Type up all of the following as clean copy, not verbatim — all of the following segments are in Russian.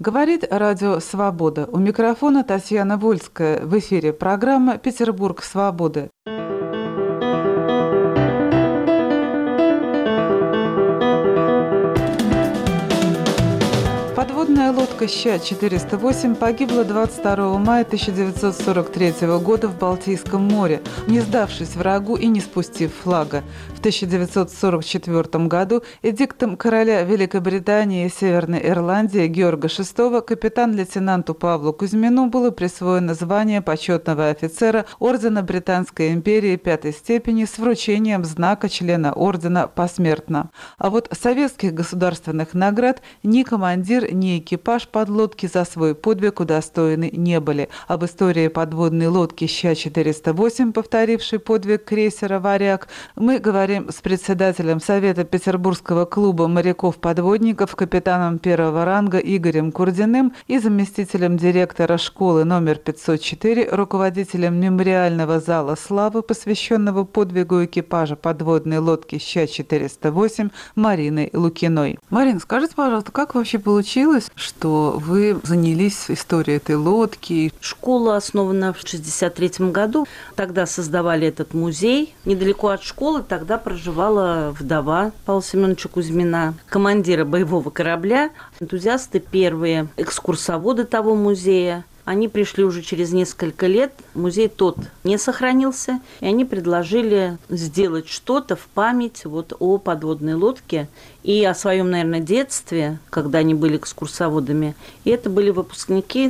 Говорит Радио Свобода. У микрофона Татьяна Вольская. В эфире программа «Петербург свободы». Подводная лодка «Ща-408» погибла 22 мая 1943 года в Балтийском море, не сдавшись врагу и не спустив флага. В 1944 году эдиктом короля Великобритании и Северной Ирландии Георга VI капитан-лейтенанту Павлу Кузьмину было присвоено звание почетного офицера Ордена Британской империи 5-й степени с вручением знака члена ордена посмертно. А вот советских государственных наград ни командир, ни экипаж подлодки за свой подвиг удостоены не были. Об истории подводной лодки «Ща-408», повторившей подвиг крейсера «Варяг», мы говорим с председателем Совета Петербургского клуба моряков-подводников, капитаном первого ранга Игорем Курдиным и заместителем директора школы номер 504, руководителем мемориального зала славы, посвященного подвигу экипажа подводной лодки «Ща-408» Мариной Лукиной. Марина, скажите, пожалуйста, как вообще получилось, что вы занялись историей этой лодки? Школа основана в 1963 году. Тогда создавали этот музей. Недалеко от школы тогда проживала вдова Павла Семеновича Кузьмина, командира боевого корабля, энтузиасты первые, экскурсоводы того музея. Они пришли уже через несколько лет, музей тот не сохранился, и они предложили сделать что-то в память о подводной лодке и о своем, наверное, детстве, когда они были экскурсоводами. И это были выпускники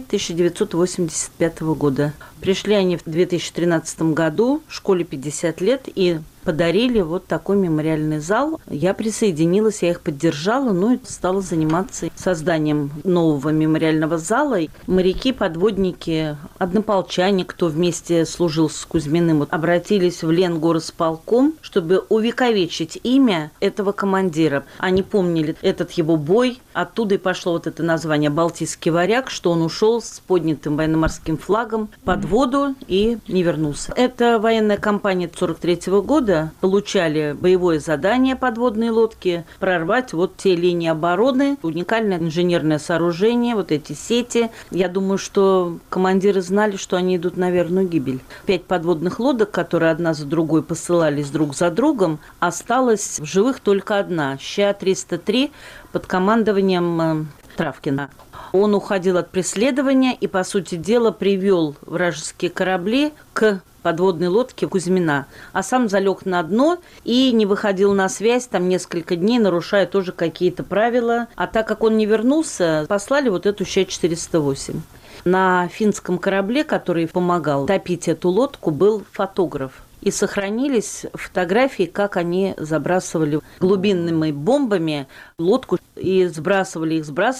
1985 года. Пришли они в 2013 году, школе 50 лет, и подарили такой мемориальный зал. Я присоединилась, я их поддержала, и стала заниматься созданием нового мемориального зала. Моряки, подводники, однополчане, кто вместе служил с Кузьминым, обратились в Ленгорисполком, чтобы увековечить имя этого командира. Они помнили этот его бой, оттуда и пошло это название «Балтийский варяг», что он ушел с поднятым военно-морским флагом под воду и не вернулся. Это военная кампания 1943 года. Получали боевое задание подводной лодки прорвать те линии обороны, уникальное инженерное сооружение, эти сети. Я думаю, что командиры знали, что они идут на верную гибель. 5 подводных лодок, которые одна за другой посылались друг за другом, осталась в живых только одна, «Ща-303», под командованием Травкина. Он уходил от преследования и, по сути дела, привел вражеские корабли к подводной лодке Кузьмина, а сам залег на дно и не выходил на связь несколько дней, нарушая тоже какие-то правила. А так как он не вернулся, послали эту «Ща-408». На финском корабле, который помогал топить эту лодку, был фотограф. И сохранились фотографии, как они забрасывали глубинными бомбами лодку и сбрасывали,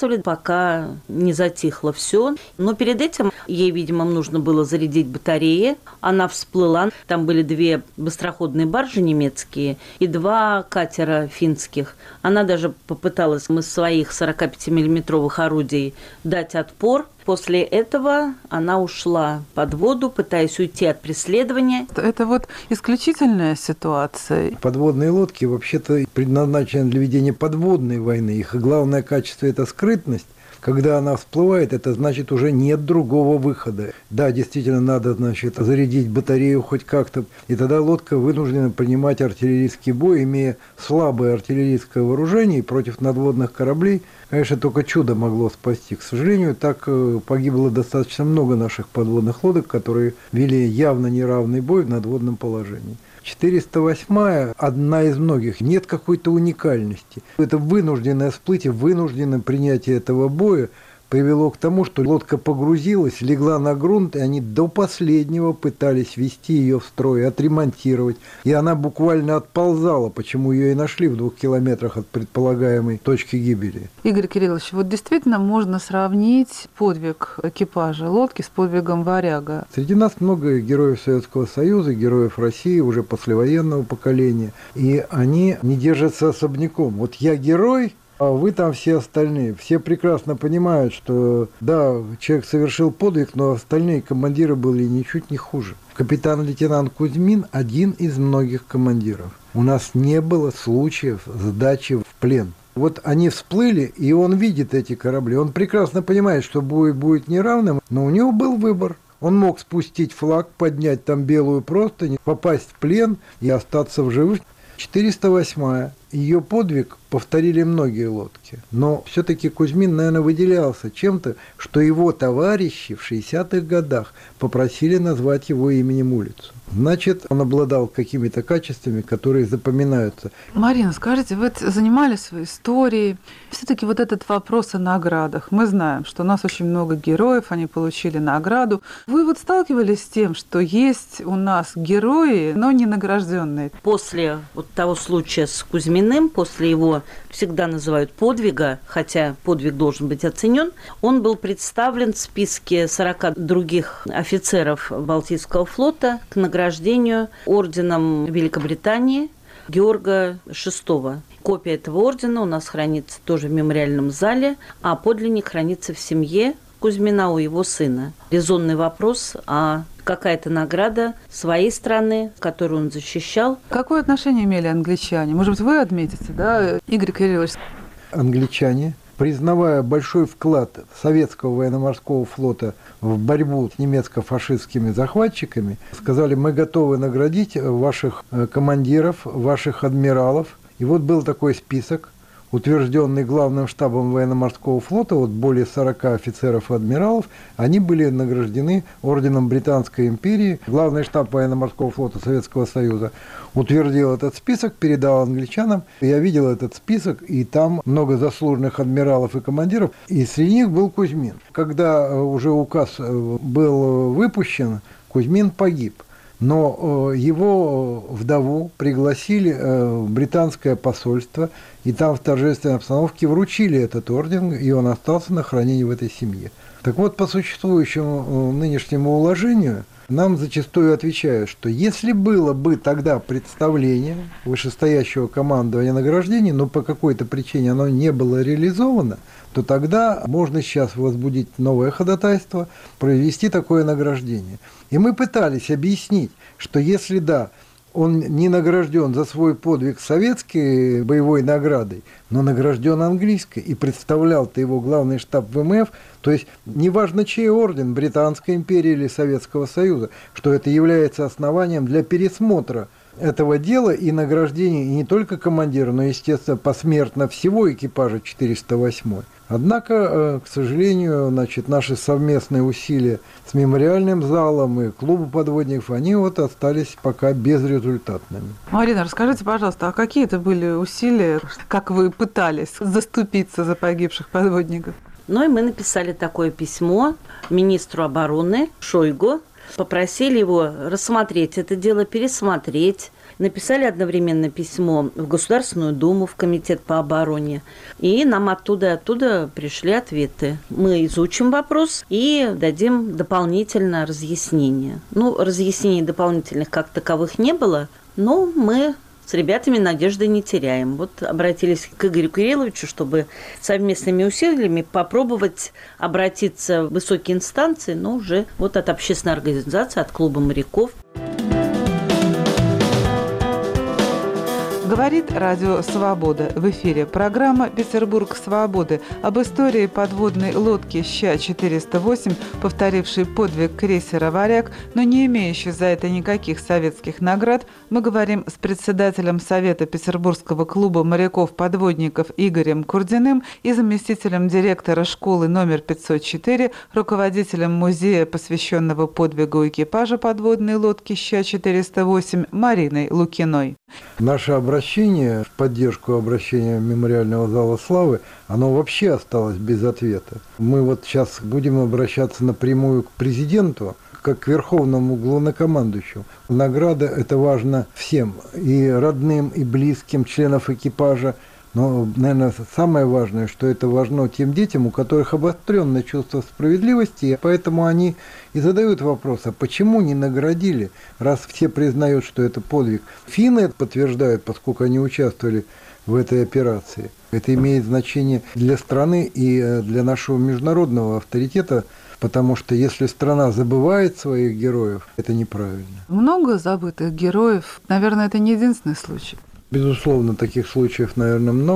пока не затихло все. Но перед этим ей, видимо, нужно было зарядить батареи. Она всплыла. Там были 2 быстроходные баржи немецкие и 2 катера финских. Она даже попыталась из своих 45-миллиметровых орудий дать отпор. После этого она ушла под воду, пытаясь уйти от преследования. Это исключительная ситуация. Подводные лодки вообще-то предназначены для ведения подводной войны. Их главное качество – это скрытность. Когда она всплывает, это значит, уже нет другого выхода. Да, действительно, надо, зарядить батарею хоть как-то. И тогда лодка вынуждена принимать артиллерийский бой, имея слабое артиллерийское вооружение против надводных кораблей. Конечно, только чудо могло спасти. К сожалению, так погибло достаточно много наших подводных лодок, которые вели явно неравный бой в надводном положении. 408-я одна из многих. Нет какой-то уникальности. Это вынужденное всплытие, вынужденное принятие этого боя привело к тому, что лодка погрузилась, легла на грунт, и они до последнего пытались ввести ее в строй, отремонтировать. И она буквально отползала, почему ее и нашли в 2 километрах от предполагаемой точки гибели. Игорь Кириллович, действительно можно сравнить подвиг экипажа лодки с подвигом «Варяга». Среди нас много героев Советского Союза, героев России, уже послевоенного поколения. И они не держатся особняком. Я герой, а вы там все остальные. Все прекрасно понимают, что да, человек совершил подвиг, но остальные командиры были ничуть не хуже. Капитан-лейтенант Кузьмин – один из многих командиров. У нас не было случаев сдачи в плен. Вот они всплыли, и он видит эти корабли. Он прекрасно понимает, что бой будет неравным, но у него был выбор. Он мог спустить флаг, поднять там белую простынь, попасть в плен и остаться в живых. 408-я. Ее подвиг повторили многие лодки. Но все-таки Кузьмин, наверное, выделялся чем-то, что его товарищи в 60-х годах попросили назвать его именем улицу. Значит, он обладал какими-то качествами, которые запоминаются. Марина, скажите, вы занимались историей. Все-таки вот этот вопрос о наградах. Мы знаем, что у нас очень много героев, они получили награду. Вы вот сталкивались с тем, что есть у нас герои, но не награжденные? После вот того случая с Кузьминым, после его всегда называют подвига, хотя подвиг должен быть оценен, он был представлен в списке 40 других офицеров Балтийского флота к награждению орденом Великобритании Георга VI. Копия этого ордена у нас хранится тоже в мемориальном зале, а подлинник хранится в семье Кузьмина у его сына. Резонный вопрос, а какая-то награда своей страны, которую он защищал. Какое отношение имели англичане? Может быть, вы отметите, да, Игорь Кириллович? Англичане, признавая большой вклад советского военно-морского флота в борьбу с немецко-фашистскими захватчиками, сказали: мы готовы наградить ваших командиров, ваших адмиралов. И вот был такой список, утвержденный главным штабом военно-морского флота, вот более 40 офицеров и адмиралов, они были награждены орденом Британской империи. Главный штаб военно-морского флота Советского Союза утвердил этот список, передал англичанам. Я видел этот список, и там много заслуженных адмиралов и командиров, и среди них был Кузьмин. Когда уже указ был выпущен, Кузьмин погиб. Но его вдову пригласили в британское посольство, и там в торжественной обстановке вручили этот орден, и он остался на хранении в этой семье. Так вот, по существующему нынешнему уложению, нам зачастую отвечают, что если было бы тогда представление вышестоящего командования награждений, но по какой-то причине оно не было реализовано, то тогда можно сейчас возбудить новое ходатайство, провести такое награждение. И мы пытались объяснить, что если да, он не награжден за свой подвиг советской боевой наградой, но награжден английской, и представлял-то его главный штаб ВМФ, то есть неважно чей орден, Британской империи или Советского Союза, что это является основанием для пересмотра этого дела и награждения и не только командира, но, естественно, посмертно всего экипажа 408-й. Однако, к сожалению, наши совместные усилия с мемориальным залом и клубом подводников, они вот остались пока безрезультатными. Марина, расскажите, пожалуйста, а какие это были усилия, как вы пытались заступиться за погибших подводников? Ну и мы написали такое письмо министру обороны Шойгу, попросили его рассмотреть это дело, пересмотреть. Написали одновременно письмо в Государственную Думу, в Комитет по обороне. И нам оттуда пришли ответы. Мы изучим вопрос и дадим дополнительное разъяснение. Ну, разъяснений дополнительных как таковых не было, но мы с ребятами надежды не теряем. Вот обратились к Игорю Кирилловичу, чтобы совместными усилиями попробовать обратиться в высокие инстанции, но уже вот от общественной организации, от клуба моряков. Говорит Радио Свобода. В эфире программа «Петербург свободы» об истории подводной лодки Ща-408, повторившей подвиг крейсера «Варяг», но не имеющей за это никаких советских наград. Мы говорим с председателем Совета Петербургского клуба моряков-подводников Игорем Курдиным и заместителем директора школы номер 504, руководителем музея, посвященного подвигу экипажа подводной лодки Ща-408 Мариной Лукиной. Наше обращение в поддержку обращения Мемориального зала славы, оно вообще осталось без ответа. Мы вот сейчас будем обращаться напрямую к президенту, как к верховному главнокомандующему. Награда – это важно всем, и родным, и близким членов экипажа. Но, наверное, самое важное, что это важно тем детям, у которых обостренное чувство справедливости, и поэтому они и задают вопрос, а почему не наградили, раз все признают, что это подвиг. Финны это подтверждают, поскольку они участвовали в этой операции. Это имеет значение для страны и для нашего международного авторитета, потому что если страна забывает своих героев, это неправильно. Много забытых героев. Наверное, это не единственный случай. Безусловно, таких случаев, наверное, много.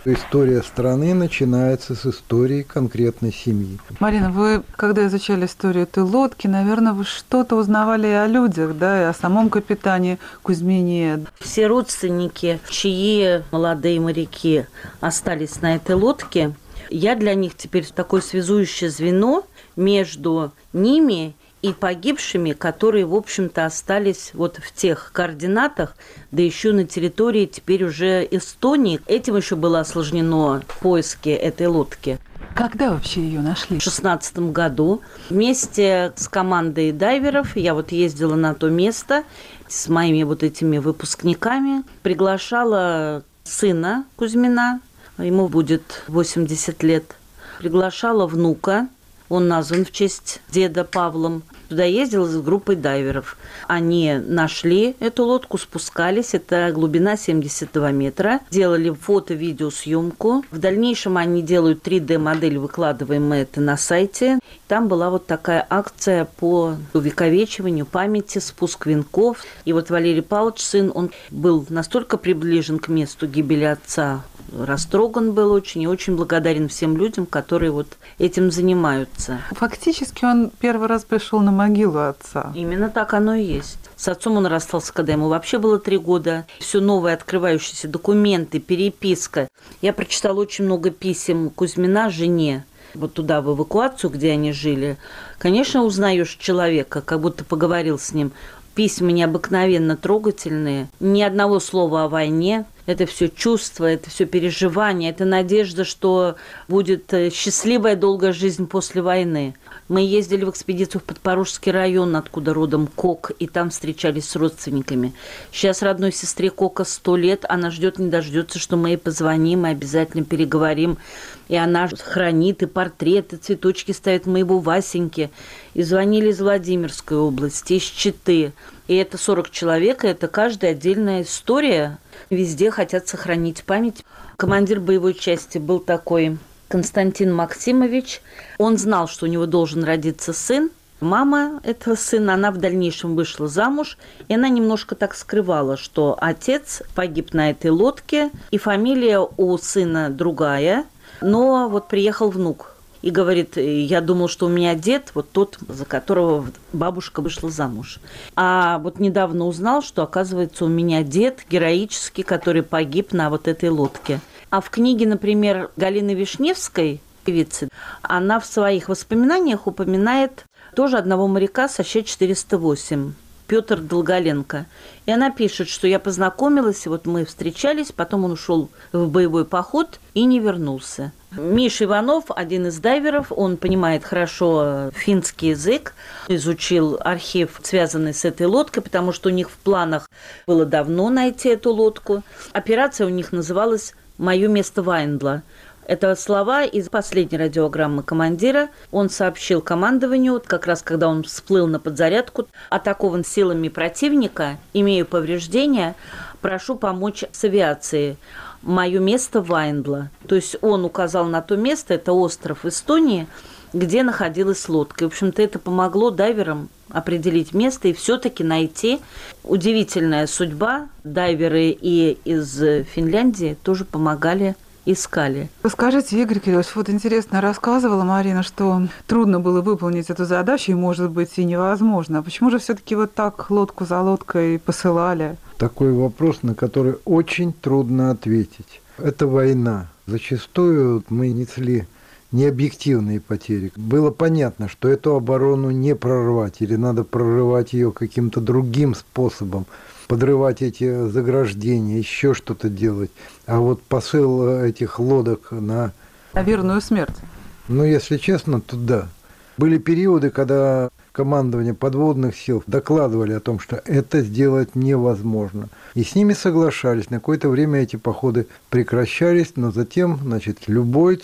История страны начинается с истории конкретной семьи. Марина, вы, когда изучали историю этой лодки, наверное, вы что-то узнавали и о людях, да, и о самом капитане Кузьмине. Все родственники, чьи молодые моряки остались на этой лодке, я для них теперь такое связующее звено между ними и погибшими, которые, в общем-то, остались вот в тех координатах, да еще на территории теперь уже Эстонии. Этим еще было осложнено поиски этой лодки. Когда вообще ее нашли? В 2016 году вместе с командой дайверов я вот ездила на то место с моими вот этими выпускниками, приглашала сына Кузьмина, ему будет 80 лет, приглашала внука, он назван в честь деда Павлом. Туда ездила с группой дайверов. Они нашли эту лодку, спускались. Это глубина 72 метра. Делали фото-видеосъемку. В дальнейшем они делают 3D-модель, выкладываем мы это на сайте. Там была вот такая акция по увековечиванию памяти, спуск венков. И вот Валерий Павлович, сын, он был настолько приближен к месту гибели отца, растроган был очень и очень благодарен всем людям, которые вот этим занимаются. Фактически он первый раз пришел на могилу отца. Именно так оно и есть. С отцом он расстался, когда ему вообще было 3 года. Все новые открывающиеся документы, переписка. Я прочитала очень много писем Кузьмина жене. Вот туда, в эвакуацию, где они жили. Конечно, узнаешь человека, как будто поговорил с ним. Письма необыкновенно трогательные. Ни одного слова о войне. Это все чувства, это все переживания, это надежда, что будет счастливая долгая жизнь после войны. Мы ездили в экспедицию в Подпорожский район, откуда родом Кок, и там встречались с родственниками. Сейчас родной сестре Кока 100 лет, она ждет не дождется, что мы ей позвоним и обязательно переговорим. И она хранит и портреты, цветочки ставит моего Васеньки. И звонили из Владимирской области, из Читы. И это 40 человек, и это каждая отдельная история. Везде хотят сохранить память. Командир боевой части был такой Константин Максимович. Он знал, что у него должен родиться сын. Мама этого сына, она в дальнейшем вышла замуж, и она немножко так скрывала, что отец погиб на этой лодке, и фамилия у сына другая. Но вот приехал внук и говорит: я думал, что у меня дед, вот тот, за которого бабушка вышла замуж. А вот недавно узнал, что, оказывается, у меня дед героический, который погиб на вот этой лодке. А в книге, например, Галины Вишневской, певицы, она в своих воспоминаниях упоминает тоже одного моряка со Щ-408, Петр Долголенко. И она пишет, что я познакомилась, и вот мы встречались, потом он ушел в боевой поход и не вернулся. Миша Иванов, один из дайверов, он понимает хорошо финский язык, изучил архив, связанный с этой лодкой, потому что у них в планах было давно найти эту лодку. Операция у них называлась «Мое место Вайндла». Это слова из последней радиограммы командира. Он сообщил командованию, как раз когда он всплыл на подзарядку: атакован силами противника, имею повреждения, прошу помочь с авиацией. Мое место Вайндла. То есть он указал на то место, это остров в Эстонии, где находилась лодка. И, в общем-то, это помогло дайверам определить место и все-таки найти. Удивительная судьба. Дайверы и из Финляндии тоже помогали, искали. Скажите, Игорь Кириллович, вот интересно, рассказывала Марина, что трудно было выполнить эту задачу, и, может быть, и невозможно. А почему же все-таки вот так лодку за лодкой посылали? Такой вопрос, на который очень трудно ответить. Это война. Зачастую мы несли необъективные потери. Было понятно, что эту оборону не прорвать, или надо прорывать ее каким-то другим способом, подрывать эти заграждения, еще что-то делать. А вот посыл этих лодок на верную смерть. Ну, если честно, то да. Были периоды, когда командование подводных сил докладывали о том, что это сделать невозможно. И с ними соглашались. На какое-то время эти походы прекращались, но затем, любой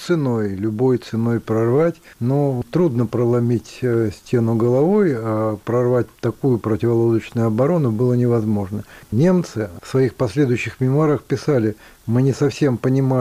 ценой прорвать. Но трудно проломить стену головой, а прорвать такую противолодочную оборону было невозможно. Немцы в своих последующих мемуарах писали: мы не совсем понимали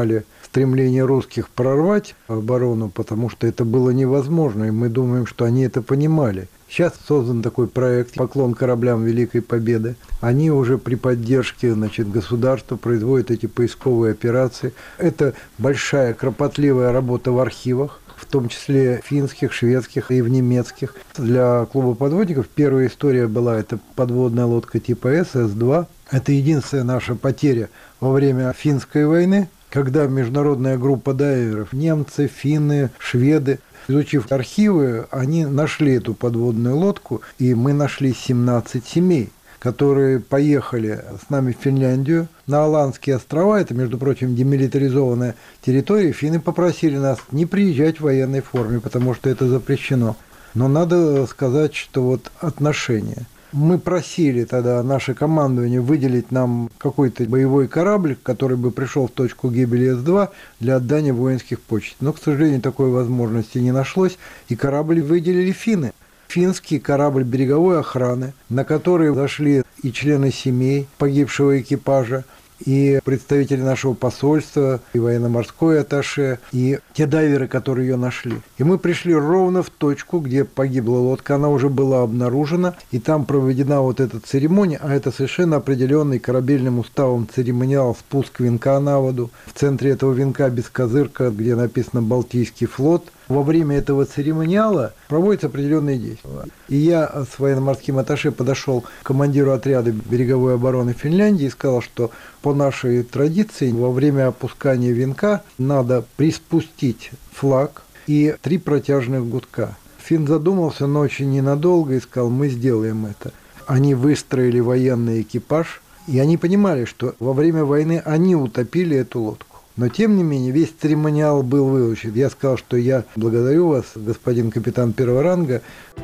стремление русских прорвать оборону, потому что это было невозможно, и мы думаем, что они это понимали. Сейчас создан такой проект «Поклон кораблям Великой Победы». Они уже при поддержке, государства производят эти поисковые операции. Это большая, кропотливая работа в архивах, в том числе финских, шведских и в немецких. Для клуба подводников первая история была, это подводная лодка типа С-2. Это единственная наша потеря во время финской войны, когда международная группа дайверов, немцы, финны, шведы, изучив архивы, они нашли эту подводную лодку, и мы нашли 17 семей, которые поехали с нами в Финляндию, на Аландские острова, это, между прочим, демилитаризованная территория, финны попросили нас не приезжать в военной форме, потому что это запрещено. Но надо сказать, что отношения. Мы просили тогда наше командование выделить нам какой-то боевой корабль, который бы пришел в точку гибели С-2 для отдания воинских почестей. Но, к сожалению, такой возможности не нашлось, и корабль выделили финны. Финский корабль береговой охраны, на который зашли и члены семей погибшего экипажа, и представители нашего посольства, и военно-морской атташе, и те дайверы, которые ее нашли. И мы пришли ровно в точку, где погибла лодка, она уже была обнаружена, и там проведена эта церемония, а это совершенно определенный корабельным уставом церемониал спуск венка на воду. В центре этого венка бескозырка, где написано «Балтийский флот». Во время этого церемониала проводятся определенные действия. И я с военно-морским атташе подошел к командиру отряда береговой обороны Финляндии и сказал, что по нашей традиции во время опускания венка надо приспустить флаг и 3 протяжных гудка. Финн задумался, но очень ненадолго, и сказал: мы сделаем это. Они выстроили военный экипаж, и они понимали, что во время войны они утопили эту лодку. Но, тем не менее, весь церемониал был выучен. Я сказал, что я благодарю вас, господин капитан первого ранга.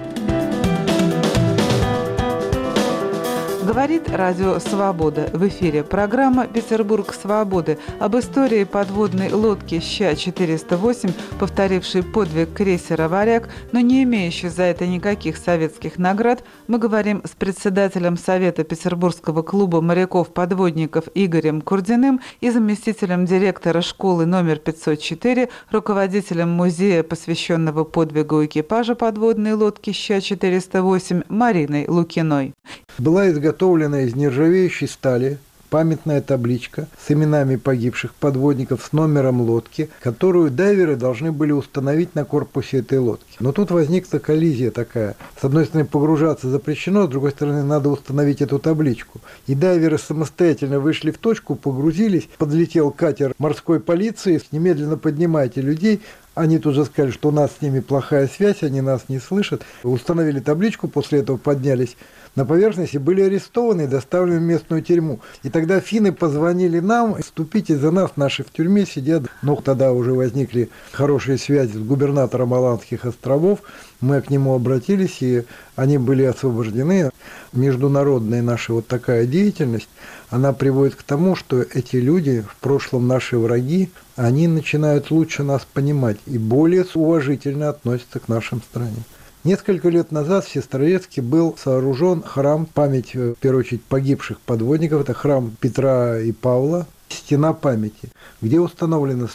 Говорит радио «Свобода». В эфире программа «Петербург свободы» об истории подводной лодки Ща-408, повторившей подвиг крейсера «Варяг», но не имеющей за это никаких советских наград. Мы говорим с председателем Совета Петербургского клуба моряков-подводников Игорем Курдиным и заместителем директора школы номер 504, руководителем музея, посвященного подвигу экипажа подводной лодки Ща-408 Мариной Лукиной. Была изготовлена из нержавеющей стали памятная табличка с именами погибших подводников, с номером лодки, которую дайверы должны были установить на корпусе этой лодки. Но тут возникла коллизия такая. С одной стороны, погружаться запрещено, с другой стороны, надо установить эту табличку. И дайверы самостоятельно вышли в точку, погрузились, подлетел катер морской полиции, немедленно поднимайте людей. Они тут же сказали, что у нас с ними плохая связь, они нас не слышат. Установили табличку, после этого поднялись на поверхность и были арестованы и доставлены в местную тюрьму. И тогда финны позвонили нам: вступите за нас, наши в тюрьме сидят. Но тогда уже возникли хорошие связи с губернатором Аландских островов. Мы к нему обратились, и они были освобождены. Международная наша такая деятельность, она приводит к тому, что эти люди, в прошлом наши враги, они начинают лучше нас понимать и более уважительно относятся к нашим странам. Несколько лет назад в Сестрорецке был сооружен храм, память, в первую очередь, погибших подводников. Это храм Петра и Павла, стена памяти, где установлено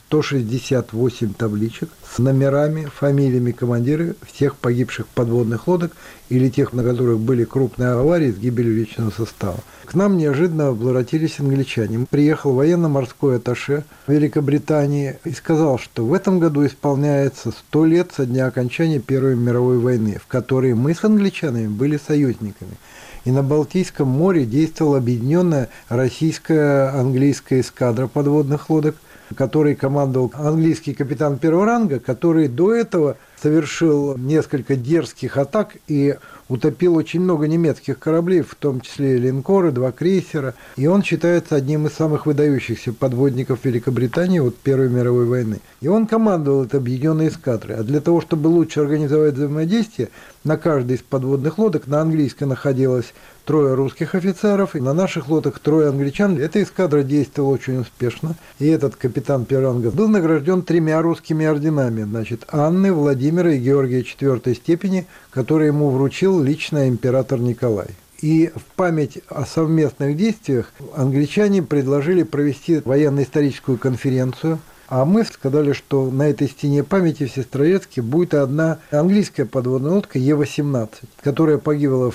168 табличек с номерами, фамилиями командиров всех погибших подводных лодок или тех, на которых были крупные аварии с гибелью личного состава. К нам неожиданно обратились англичане. Приехал военно-морской атташе Великобритании и сказал, что в этом году исполняется 100 лет со дня окончания Первой мировой войны, в которой мы с англичанами были союзниками. И на Балтийском море действовала объединенная российская английская эскадра подводных лодок, которой командовал английский капитан первого ранга, который до этого совершил несколько дерзких атак и утопил очень много немецких кораблей, в том числе линкоры, 2 крейсера. И он считается одним из самых выдающихся подводников Великобритании Первой мировой войны. И он командовал этой объединенной эскадрой. А для того, чтобы лучше организовать взаимодействие, на каждой из подводных лодок на английской находилось 3 русских офицеров, и на наших лодках 3 англичан. Эта эскадра действовала очень успешно. И этот капитан первого ранга был награжден 3 русскими орденами. Анны, Владимира и Георгия 4 степени, которые ему вручил лично император Николай. И в память о совместных действиях англичане предложили провести военно-историческую конференцию А мы сказали, что на этой стене памяти в Сестрорецке будет одна английская подводная лодка Е-18, которая погибла в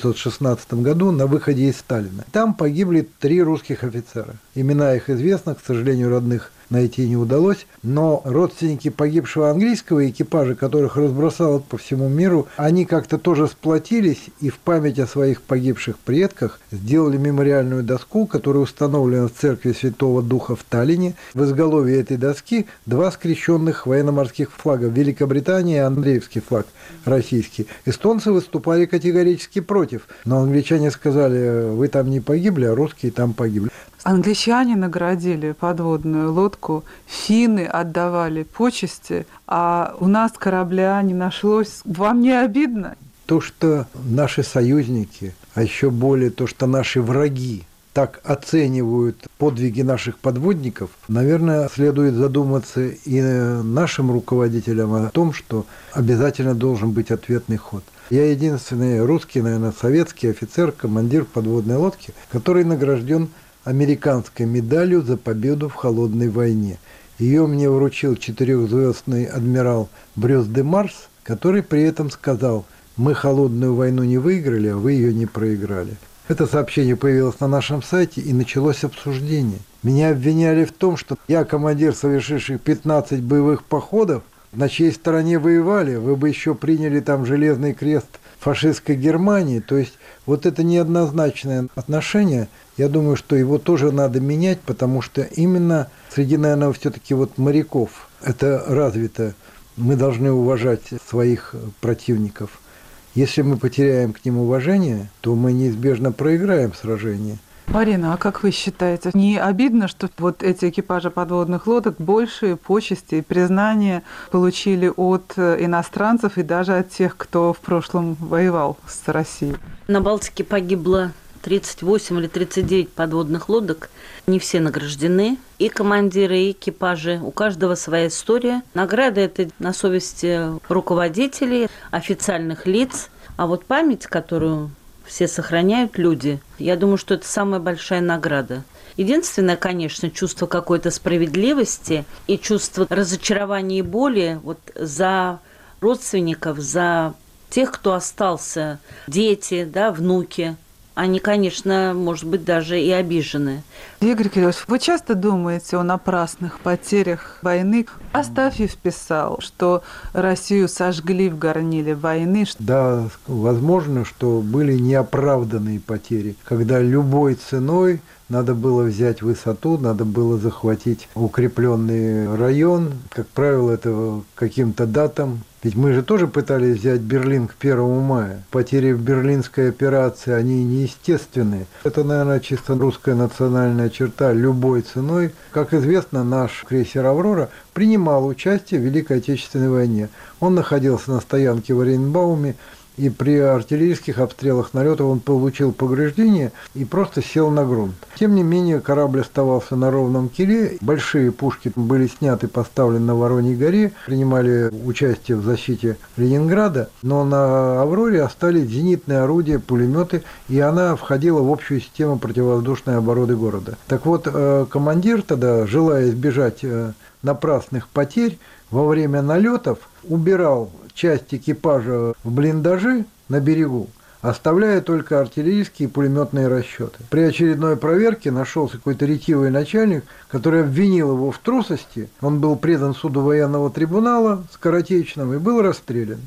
1916 году на выходе из Сталина. Там погибли 3 русских офицера. Имена их известны, к сожалению, родных найти не удалось, но родственники погибшего английского экипажа, которых разбросало по всему миру, они как-то тоже сплотились и в память о своих погибших предках сделали мемориальную доску, которая установлена в церкви Святого Духа в Таллине. В изголовье этой доски 2 скрещенных военно-морских флага: Великобритания и Андреевский флаг российский. Эстонцы выступали категорически против, но англичане сказали: вы там не погибли, а русские там погибли. Англичане наградили подводную лодку, финны отдавали почести, а у нас корабля не нашлось. Вам не обидно? То, что наши союзники, а еще более то, что наши враги так оценивают подвиги наших подводников, наверное, следует задуматься и нашим руководителям о том, что обязательно должен быть ответный ход. Я единственный русский, наверное, советский офицер, командир подводной лодки, который награжден американской медалью за победу в холодной войне. Ее мне вручил 4-звездный адмирал Брюс де Марс, который при этом сказал: мы холодную войну не выиграли, а вы ее не проиграли. Это сообщение появилось на нашем сайте, и началось обсуждение. Меня обвиняли в том, что я командир, совершивший 15 боевых походов. На чьей стороне воевали? Вы бы еще приняли там железный крест фашистской Германии. То есть вот это неоднозначное отношение, я думаю, что его тоже надо менять, потому что именно среди, наверное, все-таки вот моряков это развито. Мы должны уважать своих противников. Если мы потеряем к ним уважение, то мы неизбежно проиграем сражение. Марина, а как вы считаете, не обидно, что вот эти экипажи подводных лодок большие почести и признания получили от иностранцев и даже от тех, кто в прошлом воевал с Россией? На Балтике погибло 38 или 39 подводных лодок. Не все награждены. И командиры, и экипажи. У каждого своя история. Награда – это на совести руководителей, официальных лиц. А вот память, которую все сохраняют люди, я думаю, что это самая большая награда. Единственное, конечно, чувство какой-то справедливости и чувство разочарования и боли вот за родственников, за тех, кто остался, дети, да, внуки. Они, конечно, может быть, даже и обижены. Игорь Кириллович, вы часто думаете о напрасных потерях войны? Астафьев писал, что Россию сожгли в горниле войны. Да, возможно, что были неоправданные потери, когда любой ценой надо было взять высоту, надо было захватить укрепленный район. Как правило, это каким-то датам. Ведь мы же тоже пытались взять Берлин к 1 мая. Потери в Берлинской операции, они неестественные. Это, наверное, чисто русская национальная черта. Любой ценой. Как известно, наш крейсер «Аврора» принимал участие в Великой Отечественной войне. Он находился на стоянке в Оренбауме, и при артиллерийских обстрелах налетов он получил повреждения и просто сел на грунт. Тем не менее, корабль оставался на ровном киле. Большие пушки были сняты, поставлены на Вороньей горе, принимали участие в защите Ленинграда, но на «Авроре» остались зенитные орудия, пулеметы, и она входила в общую систему противовоздушной обороны города. Так вот, командир тогда, желая избежать напрасных потерь, во время налетов убирал часть экипажа в блиндажи на берегу, оставляя только артиллерийские и пулеметные расчеты. При очередной проверке нашелся какой-то ретивый начальник, который обвинил его в трусости. Он был предан суду военного трибунала скоротечному и был расстрелян.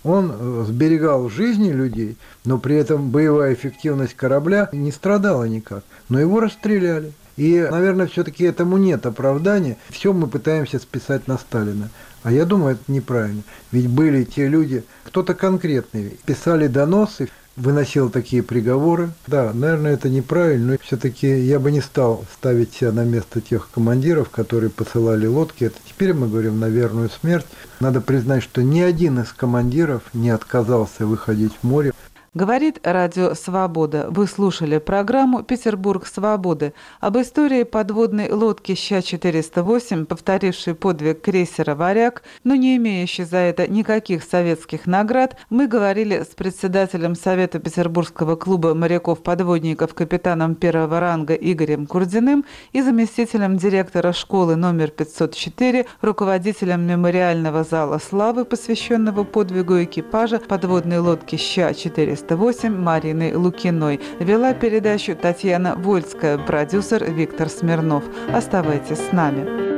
Он сберегал жизни людей, но при этом боевая эффективность корабля не страдала никак. Но его расстреляли. И, наверное, все-таки этому нет оправдания. Все мы пытаемся списать на Сталина. А я думаю, это неправильно. Ведь были те люди, кто-то конкретный, писали доносы, выносил такие приговоры. Да, наверное, это неправильно, но все-таки я бы не стал ставить себя на место тех командиров, которые посылали лодки. Это теперь мы говорим на верную смерть. Надо признать, что ни один из командиров не отказался выходить в море. Говорит Радио Свобода. Вы слушали программу «Петербург свободы». Об истории подводной лодки Ща-408, повторившей подвиг крейсера «Варяг», но не имеющей за это никаких советских наград, мы говорили с председателем Совета Петербургского клуба моряков-подводников капитаном первого ранга Игорем Курдиным и заместителем директора школы номер 504, руководителем мемориального зала славы, посвященного подвигу экипажа подводной лодки Ща-408 Мариной Лукиной. Вела передачу Татьяна Вольская, продюсер Виктор Смирнов. Оставайтесь с нами.